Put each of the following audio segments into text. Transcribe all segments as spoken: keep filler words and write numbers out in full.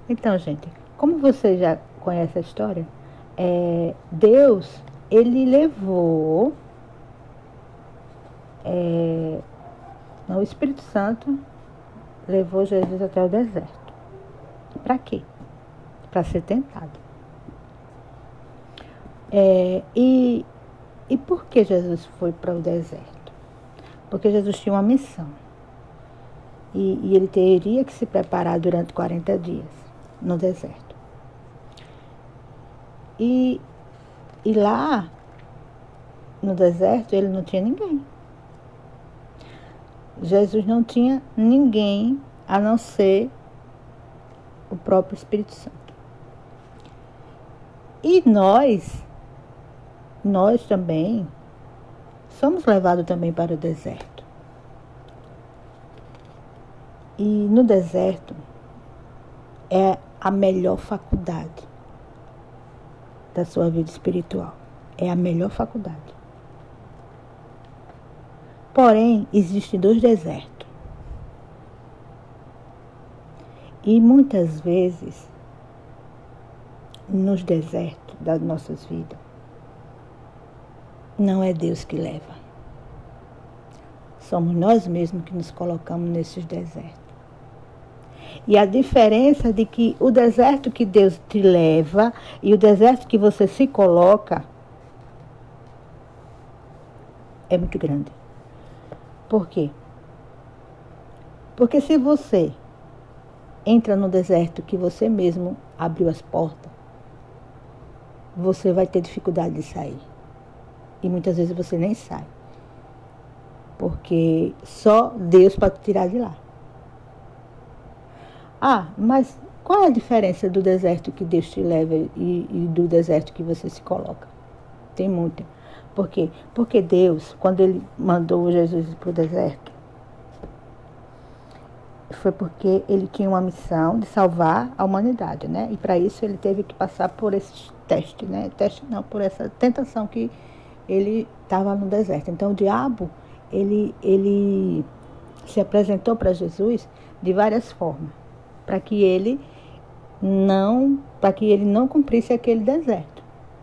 Então, gente, como você já conhece a história, é, Deus, ele levou é, o Espírito Santo levou Jesus até o deserto. Para quê? Para ser tentado. É, e, e por que Jesus foi para o deserto? Porque Jesus tinha uma missão. E, e ele teria que se preparar durante quarenta dias no deserto. E, e lá, no deserto, ele não tinha ninguém. Jesus não tinha ninguém a não ser o próprio Espírito Santo. E nós, nós também, somos levados também para o deserto. E no deserto é a melhor faculdade da sua vida espiritual. É a melhor faculdade. Porém, existem dois desertos. E muitas vezes, nos desertos das nossas vidas, não é Deus que leva. Somos nós mesmos que nos colocamos nesses desertos. E a diferença de que o deserto que Deus te leva e o deserto que você se coloca é muito grande. Por quê? Porque se você entra no deserto que você mesmo abriu as portas, você vai ter dificuldade de sair. E muitas vezes você nem sai. Porque só Deus pode tirar de lá. Ah, mas qual é a diferença do deserto que Deus te leva e, e do deserto que você se coloca? Tem muita. Por quê? Porque Deus, quando Ele mandou Jesus para o deserto, foi porque Ele tinha uma missão de salvar a humanidade, né? E para isso Ele teve que passar por esses testes, né? Teste não, por essa tentação que Ele estava no deserto. Então o diabo, ele, ele se apresentou para Jesus de várias formas, para que ele não, para que ele não cumprisse aquele deserto.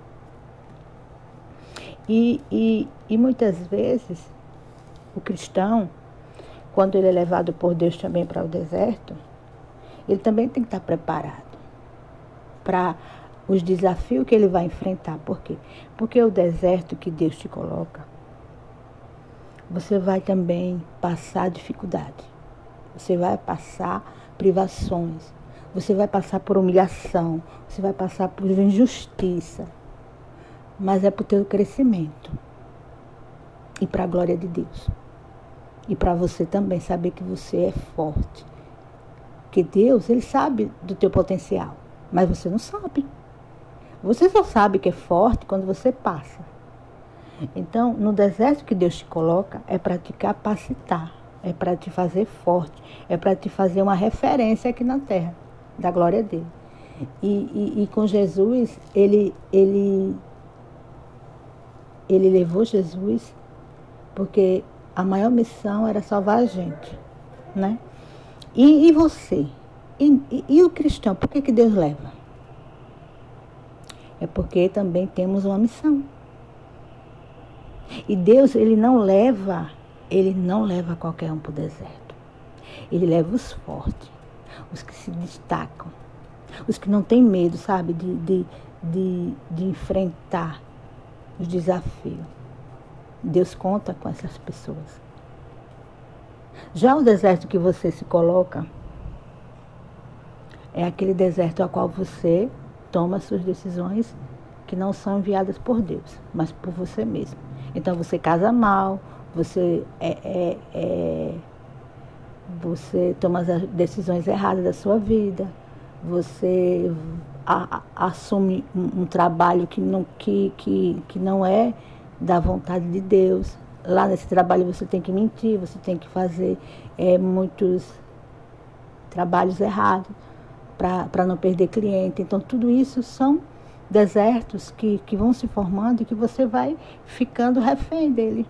E, e, e muitas vezes o cristão, quando ele é levado por Deus também para o deserto, ele também tem que estar preparado para os desafios que ele vai enfrentar. Por quê? Porque o deserto que Deus te coloca, você vai também passar dificuldade. Você vai passar privações. Você vai passar por humilhação. Você vai passar por injustiça. Mas é para o teu crescimento. E para a glória de Deus. E para você também saber que você é forte. Porque Deus, Ele sabe do teu potencial. Mas você não sabe. Você só sabe que é forte quando você passa. Então, no deserto que Deus te coloca, é para te capacitar. É para te fazer forte. É para te fazer uma referência aqui na terra. Da glória dele. E, e, e com Jesus, ele, ele, ele levou Jesus porque a maior missão era salvar a gente, né? E, e você? E, e, e o cristão? Por que, que Deus leva? É porque também temos uma missão. E Deus, Ele não leva, Ele não leva qualquer um para o deserto. Ele leva os fortes, os que se destacam, os que não têm medo, sabe, de, de, de, de enfrentar os desafios. Deus conta com essas pessoas. Já o deserto que você se coloca é aquele deserto ao qual você toma suas decisões que não são enviadas por Deus, mas por você mesmo. Então você casa mal, você, é, é, é, você toma as decisões erradas da sua vida, você a, a, assume um, um trabalho que não, que, que, que não é da vontade de Deus. Lá nesse trabalho você tem que mentir, você tem que fazer é, muitos trabalhos errados para não perder cliente. Então tudo isso são desertos que, que vão se formando e que você vai ficando refém dele.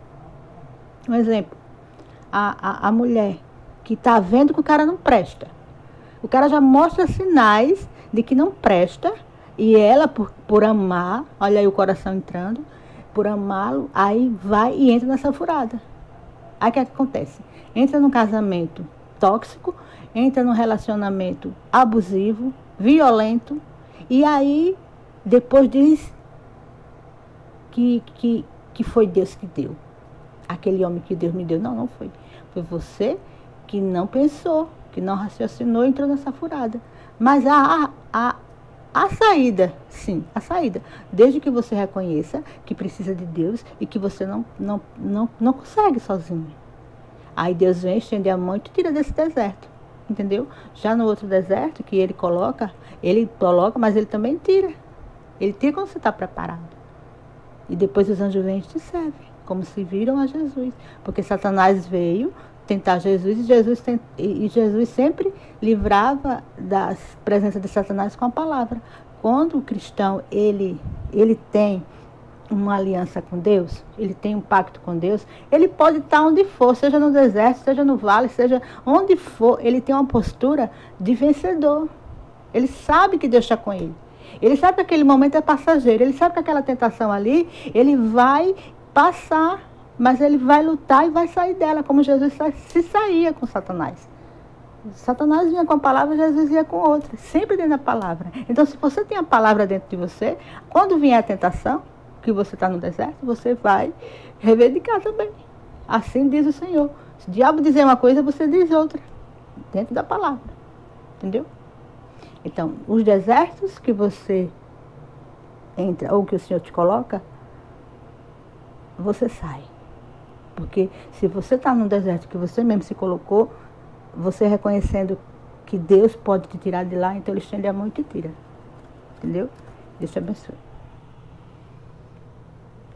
Um exemplo, a, a, a mulher que está vendo que o cara não presta, O cara já mostra sinais de que não presta. E ela, por, por amar, olha aí o coração entrando, por amá-lo, aí vai e entra nessa furada. Aí o que acontece? Entra num casamento tóxico, entra num relacionamento abusivo, violento, e aí depois diz que, que, que foi Deus que deu. Aquele homem que Deus me deu. Não, não foi. Foi você que não pensou, que não raciocinou e entrou nessa furada. Mas a, a, a saída, sim, a saída. Desde que você reconheça que precisa de Deus e que você não, não, não, não consegue sozinho. Aí Deus vem, estende a mão e te tira desse deserto. Entendeu? Já no outro deserto que ele coloca, ele coloca, mas ele também tira. Ele tira quando você está preparado. E depois os anjos vêm e te servem, como se viram a Jesus. Porque Satanás veio tentar Jesus e Jesus, tent... e Jesus sempre livrava da presença de Satanás com a palavra. Quando o cristão ele, ele tem uma aliança com Deus, ele tem um pacto com Deus, ele pode estar onde for, seja no deserto, seja no vale, seja onde for, ele tem uma postura de vencedor. Ele sabe que Deus está com ele. Ele sabe que aquele momento é passageiro, ele sabe que aquela tentação ali, ele vai passar, mas ele vai lutar e vai sair dela, como Jesus se saía com Satanás. Satanás vinha com a palavra, Jesus ia com outra, sempre dentro da palavra. Então, se você tem a palavra dentro de você, quando vier a tentação, que você está no deserto, você vai reivindicar também. Assim diz o Senhor. Se o diabo dizer uma coisa, você diz outra, dentro da palavra. Entendeu? Então, os desertos que você entra, ou que o Senhor te coloca, você sai. Porque se você está num deserto que você mesmo se colocou, você reconhecendo que Deus pode te tirar de lá, então Ele estende a mão e te tira. Entendeu? Deus te abençoe.